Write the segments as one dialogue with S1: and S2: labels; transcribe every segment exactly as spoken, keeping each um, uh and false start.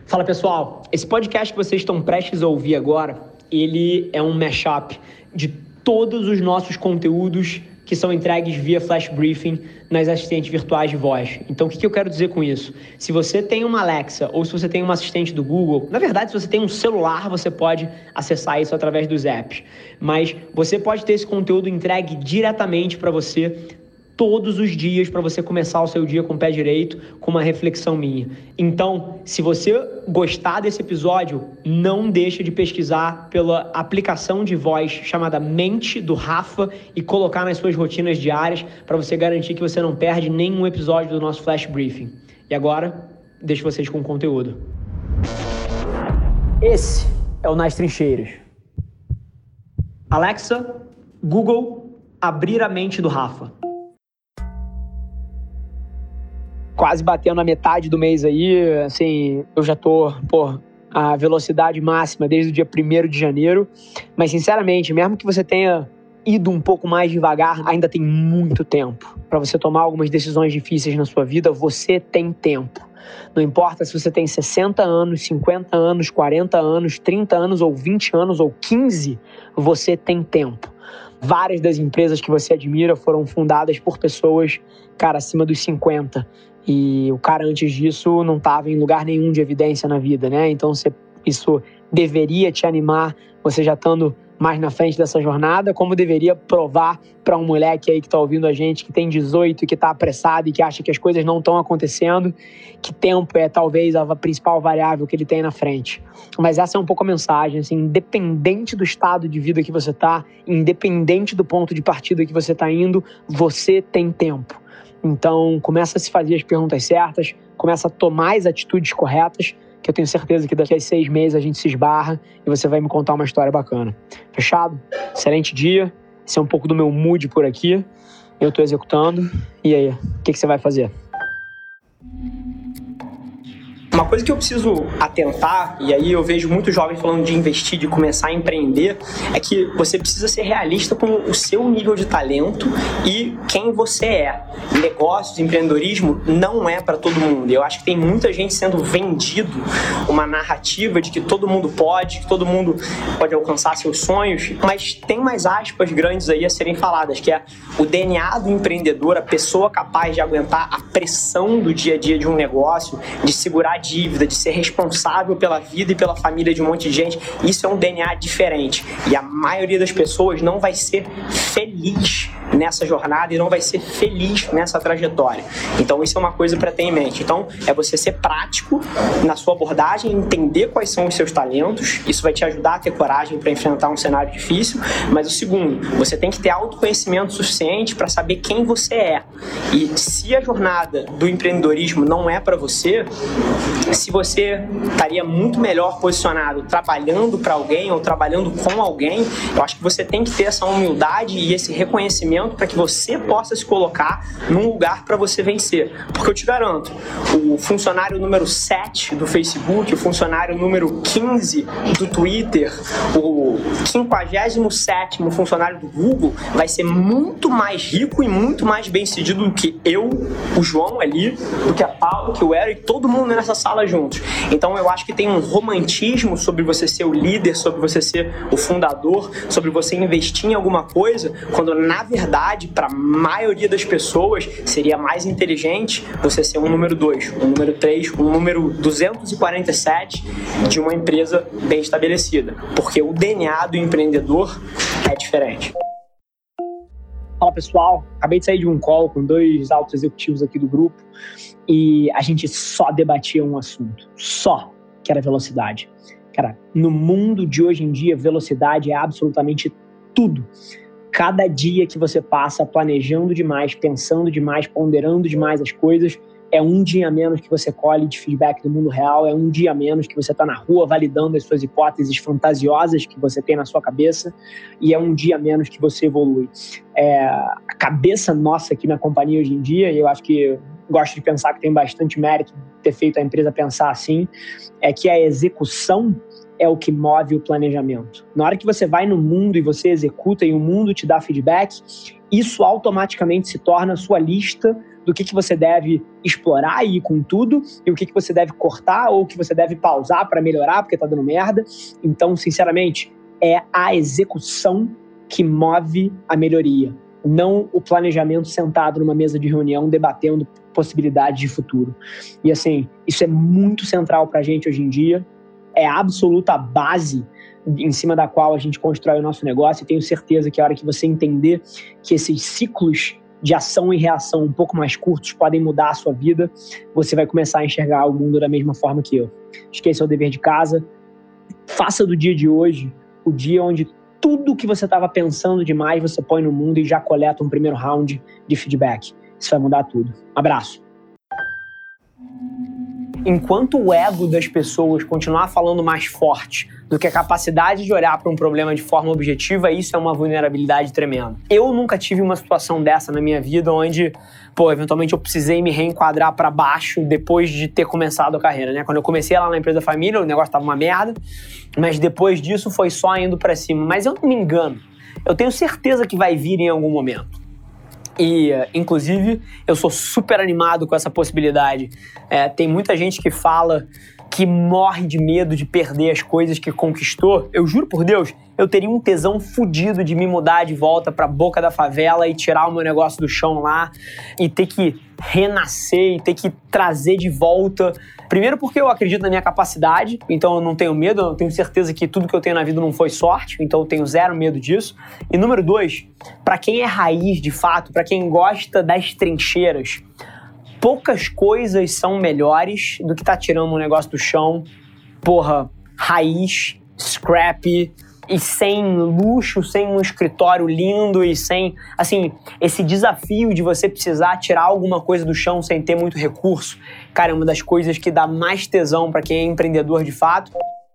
S1: Fala pessoal, esse podcast que vocês estão prestes a ouvir agora, ele é um mashup de todos os nossos conteúdos que são entregues via Flash Briefing nas assistentes virtuais de voz. Então, o que eu quero dizer com isso? Se você tem uma Alexa ou se você tem uma assistente do Google, na verdade, se você tem um celular, você pode acessar isso através dos apps. Mas você pode ter esse conteúdo entregue diretamente para você todos os dias para você começar o seu dia com o pé direito, com uma reflexão minha. Então, se você gostar desse episódio, não deixa de pesquisar pela aplicação de voz chamada Mente, do Rafa, e colocar nas suas rotinas diárias para você garantir que você não perde nenhum episódio do nosso Flash Briefing. E agora, deixo vocês com o conteúdo. Esse é o Nas Trincheiras. Alexa, Google, abrir a mente do Rafa. Quase batendo a metade do mês aí, assim, eu já tô, pô, a velocidade máxima desde o dia primeiro de janeiro, mas sinceramente, mesmo que você tenha ido um pouco mais devagar, ainda tem muito tempo para você tomar algumas decisões difíceis na sua vida. Você tem tempo. Não importa se você tem sessenta anos, cinquenta anos, quarenta anos, trinta anos ou vinte anos ou quinze, você tem tempo. Várias das empresas que você admira foram fundadas por pessoas, cara, acima dos cinquenta. E o cara, antes disso, não estava em lugar nenhum de evidência na vida, né? Então, você, isso deveria te animar, você já estando mais na frente dessa jornada, como deveria provar para um moleque aí que está ouvindo a gente, que tem dezoito, que está apressado e que acha que as coisas não estão acontecendo, que tempo é talvez a principal variável que ele tem na frente. Mas essa é um pouco a mensagem, assim, independente do estado de vida que você está, independente do ponto de partida que você está indo, você tem tempo. Então, começa a se fazer as perguntas certas, começa a tomar as atitudes corretas, que eu tenho certeza que daqui a seis meses a gente se esbarra e você vai me contar uma história bacana. Fechado? Excelente dia. Esse é um pouco do meu mood por aqui. Eu tô executando. E aí, o que, que você vai fazer? Uma coisa que eu preciso atentar, e aí eu vejo muitos jovens falando de investir, de começar a empreender, é que você precisa ser realista com o seu nível de talento e quem você é. Negócios, empreendedorismo não é para todo mundo. Eu acho que tem muita gente sendo vendido uma narrativa de que todo mundo pode, que todo mundo pode alcançar seus sonhos, mas tem mais aspas grandes aí a serem faladas, que é o D N A do empreendedor, a pessoa capaz de aguentar a pressão do dia a dia de um negócio, de segurar a dívida, de ser responsável pela vida e pela família de um monte de gente. Isso é um D N A diferente. E a maioria das pessoas não vai ser feliz nessa jornada e não vai ser feliz nessa trajetória. Então isso é uma coisa para ter em mente. Então é você ser prático na sua abordagem, entender quais são os seus talentos. Isso vai te ajudar a ter coragem para enfrentar um cenário difícil. Mas o segundo, você tem que ter autoconhecimento suficiente para saber quem você é. E se a jornada do empreendedorismo não é para você, se você estaria muito melhor posicionado trabalhando para alguém ou trabalhando com alguém, eu acho que você tem que ter essa humildade e esse reconhecimento para que você possa se colocar num lugar para você vencer. Porque eu te garanto, o funcionário número sete do Facebook, o funcionário número quinze do Twitter, o quinquagésimo sétimo funcionário do Google vai ser muito mais rico e muito mais bem-sucedido do que eu, o João ali, do que a Paula, que o Eric, todo mundo nessa sala juntos. Então eu acho que tem um romantismo sobre você ser o líder, sobre você ser o fundador, sobre você investir em alguma coisa, quando na verdade, para a maioria das pessoas, seria mais inteligente você ser um número dois, um número três, um número duzentos e quarenta e sete de uma empresa bem estabelecida. Porque o D N A do empreendedor é diferente. Fala pessoal, acabei de sair de um call com dois altos executivos aqui do grupo e a gente só debatia um assunto, só, que era velocidade. Cara, no mundo de hoje em dia, velocidade é absolutamente tudo. Cada dia que você passa planejando demais, pensando demais, ponderando demais as coisas, é um dia a menos que você colhe de feedback do mundo real, é um dia a menos que você está na rua validando as suas hipóteses fantasiosas que você tem na sua cabeça, e é um dia a menos que você evolui. É, a cabeça nossa aqui na companhia hoje em dia, e eu acho que gosto de pensar que tem bastante mérito ter feito a empresa pensar assim, é que a execução é o que move o planejamento. Na hora que você vai no mundo e você executa e o mundo te dá feedback, isso automaticamente se torna a sua lista do que, que você deve explorar e ir com tudo, e o que, que você deve cortar ou o que você deve pausar para melhorar porque tá dando merda. Então, sinceramente, é a execução que move a melhoria, não o planejamento sentado numa mesa de reunião debatendo possibilidades de futuro. E assim, isso é muito central pra gente hoje em dia, é a absoluta base em cima da qual a gente constrói o nosso negócio, e tenho certeza que a hora que você entender que esses ciclos de ação e reação um pouco mais curtos podem mudar a sua vida, você vai começar a enxergar o mundo da mesma forma que eu. Esqueça o dever de casa, faça do dia de hoje o dia onde tudo que você estava pensando demais você põe no mundo e já coleta um primeiro round de feedback. Isso vai mudar tudo. Abraço. Enquanto o ego das pessoas continuar falando mais forte do que a capacidade de olhar para um problema de forma objetiva, isso é uma vulnerabilidade tremenda. Eu nunca tive uma situação dessa na minha vida onde, pô, eventualmente eu precisei me reenquadrar para baixo depois de ter começado a carreira, né? Quando eu comecei lá na empresa família, o negócio tava uma merda, mas depois disso foi só indo para cima. Mas eu não me engano, eu tenho certeza que vai vir em algum momento. E, inclusive, eu sou super animado com essa possibilidade. É, tem muita gente que fala que morre de medo de perder as coisas que conquistou. Eu juro por Deus, eu teria um tesão fudido de me mudar de volta pra boca da favela e tirar o meu negócio do chão lá e ter que renascer e ter que trazer de volta. Primeiro porque eu acredito na minha capacidade, então eu não tenho medo, eu tenho certeza que tudo que eu tenho na vida não foi sorte, então eu tenho zero medo disso. E número dois, pra quem é raiz de fato, pra quem gosta das trincheiras, poucas coisas são melhores do que tá tirando um negócio do chão, porra, raiz, scrappy, e sem luxo, sem um escritório lindo e sem, assim, esse desafio de você precisar tirar alguma coisa do chão sem ter muito recurso. Cara, é uma das coisas que dá mais tesão pra quem é empreendedor de fato.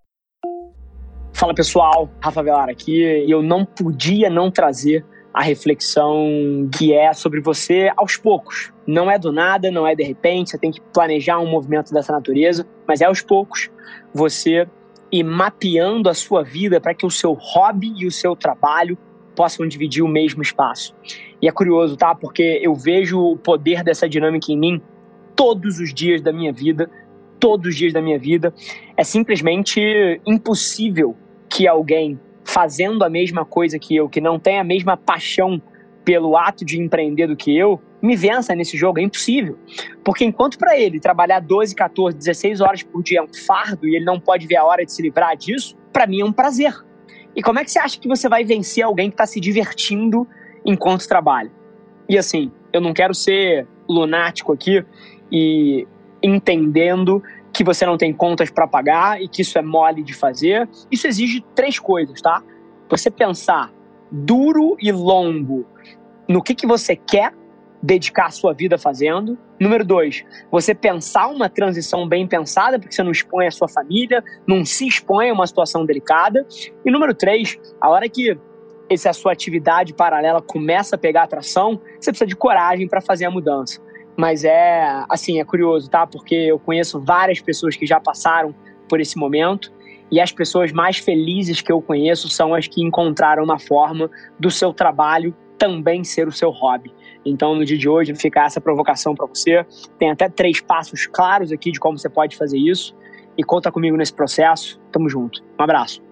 S1: Fala pessoal, Rafa Velar aqui, e eu não podia não trazer a reflexão que é sobre você aos poucos. Não é do nada, não é de repente, você tem que planejar um movimento dessa natureza, mas é aos poucos você ir mapeando a sua vida para que o seu hobby e o seu trabalho possam dividir o mesmo espaço. E é curioso, tá? Porque eu vejo o poder dessa dinâmica em mim todos os dias da minha vida, todos os dias da minha vida. É simplesmente impossível que alguém fazendo a mesma coisa que eu, que não tem a mesma paixão pelo ato de empreender do que eu, me vença nesse jogo. É impossível. Porque enquanto para ele trabalhar doze, catorze, dezesseis horas por dia é um fardo e ele não pode ver a hora de se livrar disso, para mim é um prazer. E como é que você acha que você vai vencer alguém que está se divertindo enquanto trabalha? E assim, eu não quero ser lunático aqui e entendendo que você não tem contas para pagar e que isso é mole de fazer. Isso exige três coisas, tá? Você pensar duro e longo no que, que você quer dedicar a sua vida fazendo. Número dois, você pensar uma transição bem pensada, porque você não expõe a sua família, não se expõe a uma situação delicada. E número três, a hora que essa sua atividade paralela começa a pegar atração, você precisa de coragem para fazer a mudança. Mas é, assim, é curioso, tá? Porque eu conheço várias pessoas que já passaram por esse momento e as pessoas mais felizes que eu conheço são as que encontraram uma forma do seu trabalho também ser o seu hobby. Então, no dia de hoje, fica essa provocação para você. Tem até três passos claros aqui de como você pode fazer isso e conta comigo nesse processo. Tamo junto. Um abraço.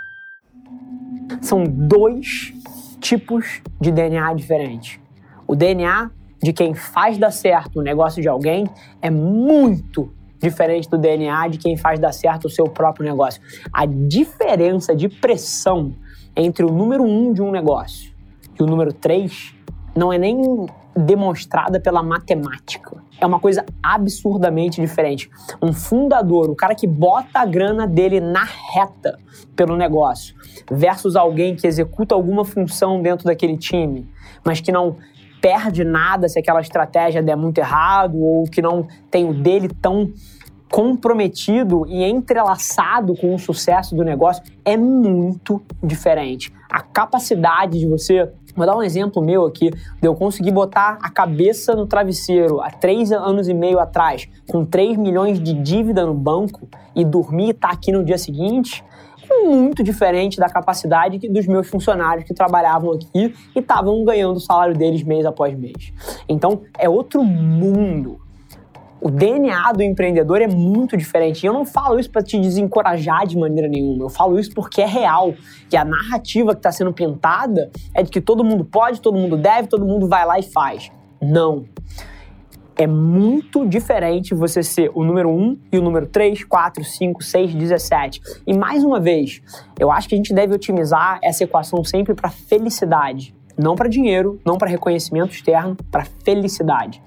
S1: São dois tipos de D N A diferentes. O D N A de quem faz dar certo o negócio de alguém é muito diferente do D N A de quem faz dar certo o seu próprio negócio. A diferença de pressão entre o número um de um negócio e o número três não é nem demonstrada pela matemática. É uma coisa absurdamente diferente. Um fundador, o cara que bota a grana dele na reta pelo negócio, versus alguém que executa alguma função dentro daquele time, mas que não perde nada se aquela estratégia der muito errado ou que não tem o dele tão comprometido e entrelaçado com o sucesso do negócio, é muito diferente. A capacidade de você
S2: Vou dar um exemplo meu aqui, de eu conseguir botar a cabeça no travesseiro há três anos e meio atrás, com três milhões de dívida no banco, e dormir e estar aqui no dia seguinte, é muito diferente da capacidade dos meus funcionários que trabalhavam aqui e estavam ganhando o salário deles mês após mês. Então, é outro mundo. O D N A do empreendedor é muito diferente. E eu não falo isso para te desencorajar de maneira nenhuma. Eu falo isso porque é real. E a narrativa que está sendo pintada é de que todo mundo pode, todo mundo deve, todo mundo vai lá e faz. Não. É muito diferente você ser o número um e o número três, quatro, cinco, seis, dezessete. E mais uma vez, eu acho que a gente deve otimizar essa equação sempre para felicidade. Não para dinheiro, não para reconhecimento externo, para felicidade.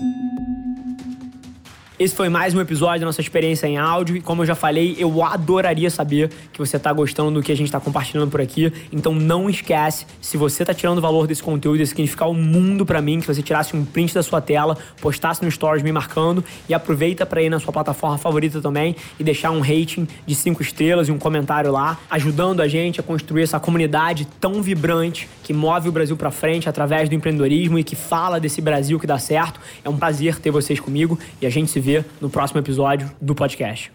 S2: Esse foi mais um episódio da nossa experiência em áudio e, como eu já falei, eu adoraria saber que você está gostando do que a gente está compartilhando por aqui. Então não esquece, se você está tirando valor desse conteúdo, ia significar o mundo para mim, que você tirasse um print da sua tela, postasse no Stories me marcando, e aproveita para ir na sua plataforma favorita também e deixar um rating de cinco estrelas e um comentário lá, ajudando a gente a construir essa comunidade tão vibrante que move o Brasil para frente através do empreendedorismo e que fala desse Brasil que dá certo. É um prazer ter vocês comigo e a gente se vê no próximo episódio do podcast.